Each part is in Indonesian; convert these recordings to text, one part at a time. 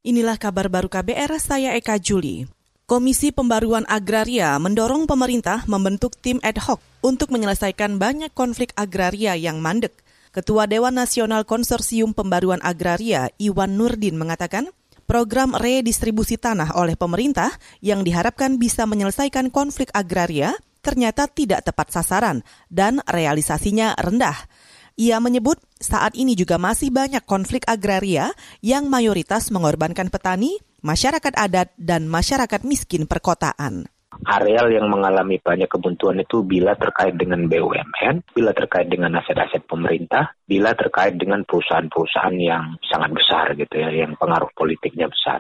Inilah kabar baru KBR, saya Eka Juli. Komisi Pembaruan Agraria mendorong pemerintah membentuk tim ad hoc untuk menyelesaikan banyak konflik agraria yang mandek. Ketua Dewan Nasional Konsorsium Pembaruan Agraria, Iwan Nurdin, mengatakan program redistribusi tanah oleh pemerintah yang diharapkan bisa menyelesaikan konflik agraria ternyata tidak tepat sasaran dan realisasinya rendah. Ia menyebut saat ini juga masih banyak konflik agraria yang mayoritas mengorbankan petani, masyarakat adat, dan masyarakat miskin perkotaan. Areal yang mengalami banyak kebuntuan itu bila terkait dengan BUMN, bila terkait dengan aset-aset pemerintah, bila terkait dengan perusahaan-perusahaan yang sangat besar gitu ya, yang pengaruh politiknya besar.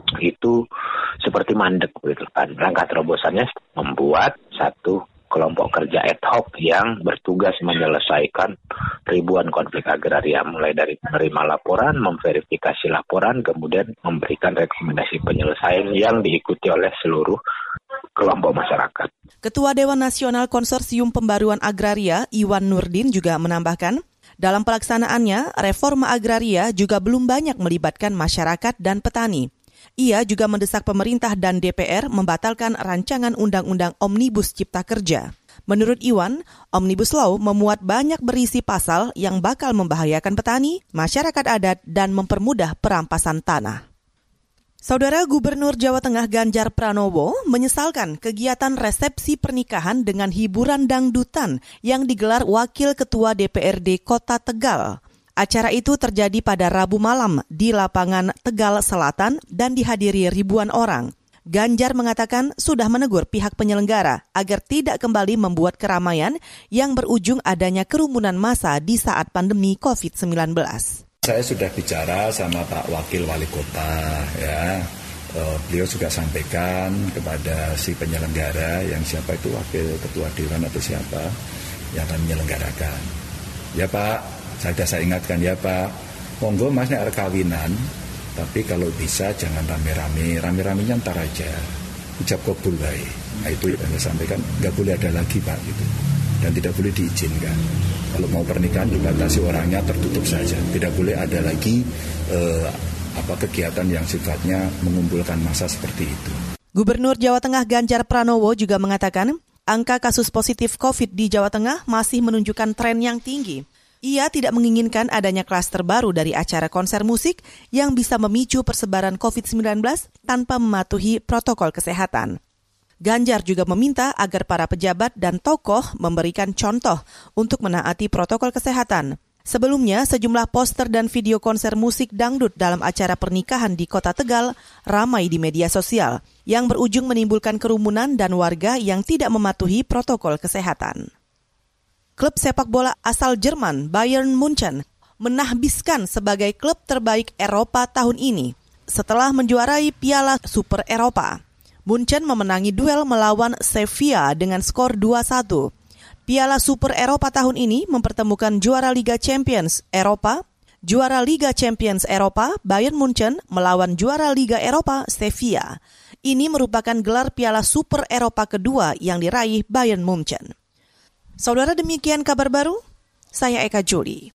Itu seperti mandek gitu kan. Langkah terobosannya membuat satu kelompok kerja ad hoc yang bertugas menyelesaikan ribuan konflik agraria, mulai dari menerima laporan, memverifikasi laporan, kemudian memberikan rekomendasi penyelesaian yang diikuti oleh seluruh kelompok masyarakat. Ketua Dewan Nasional Konsorsium Pembaruan Agraria, Iwan Nurdin, juga menambahkan, dalam pelaksanaannya, reforma agraria juga belum banyak melibatkan masyarakat dan petani. Ia juga mendesak pemerintah dan DPR membatalkan rancangan Undang-Undang Omnibus Cipta Kerja. Menurut Iwan, Omnibus Law memuat banyak berisi pasal yang bakal membahayakan petani, masyarakat adat, dan mempermudah perampasan tanah. Saudara Gubernur Jawa Tengah Ganjar Pranowo menyesalkan kegiatan resepsi pernikahan dengan hiburan dangdutan yang digelar Wakil Ketua DPRD Kota Tegal. Acara itu terjadi pada Rabu malam di lapangan Tegal Selatan dan dihadiri ribuan orang. Ganjar mengatakan sudah menegur pihak penyelenggara agar tidak kembali membuat keramaian yang berujung adanya kerumunan massa di saat pandemi COVID-19. Saya sudah bicara sama Pak Wakil Wali Kota, ya. Beliau juga sampaikan kepada si penyelenggara yang siapa itu Wakil Ketua Dewan atau siapa yang akan menyelenggarakan. Ya Pak, saya ingatkan ya Pak, monggo Mas nek arep kawinan, tapi kalau bisa jangan rame-rame, rame-ramenya ntar aja, ijab kabul wae. Nah itu yang saya sampaikan, nggak boleh ada lagi Pak gitu, dan tidak boleh diizinkan. Kalau mau pernikahan dibatasi orangnya, tertutup saja, tidak boleh ada lagi kegiatan yang sifatnya mengumpulkan massa seperti itu. Gubernur Jawa Tengah Ganjar Pranowo juga mengatakan, angka kasus positif COVID di Jawa Tengah masih menunjukkan tren yang tinggi. Ia tidak menginginkan adanya klaster baru dari acara konser musik yang bisa memicu persebaran COVID-19 tanpa mematuhi protokol kesehatan. Ganjar juga meminta agar para pejabat dan tokoh memberikan contoh untuk menaati protokol kesehatan. Sebelumnya, sejumlah poster dan video konser musik dangdut dalam acara pernikahan di Kota Tegal ramai di media sosial, yang berujung menimbulkan kerumunan dan warga yang tidak mematuhi protokol kesehatan. Klub sepak bola asal Jerman Bayern Munchen menahbiskan sebagai klub terbaik Eropa tahun ini setelah menjuarai Piala Super Eropa. Munchen memenangi duel melawan Sevilla dengan skor 2-1. Piala Super Eropa tahun ini mempertemukan juara Liga Champions Eropa, juara Liga Champions Eropa Bayern Munchen melawan juara Liga Eropa Sevilla. Ini merupakan gelar Piala Super Eropa kedua yang diraih Bayern Munchen. Saudara, demikian kabar baru, saya Eka Juli.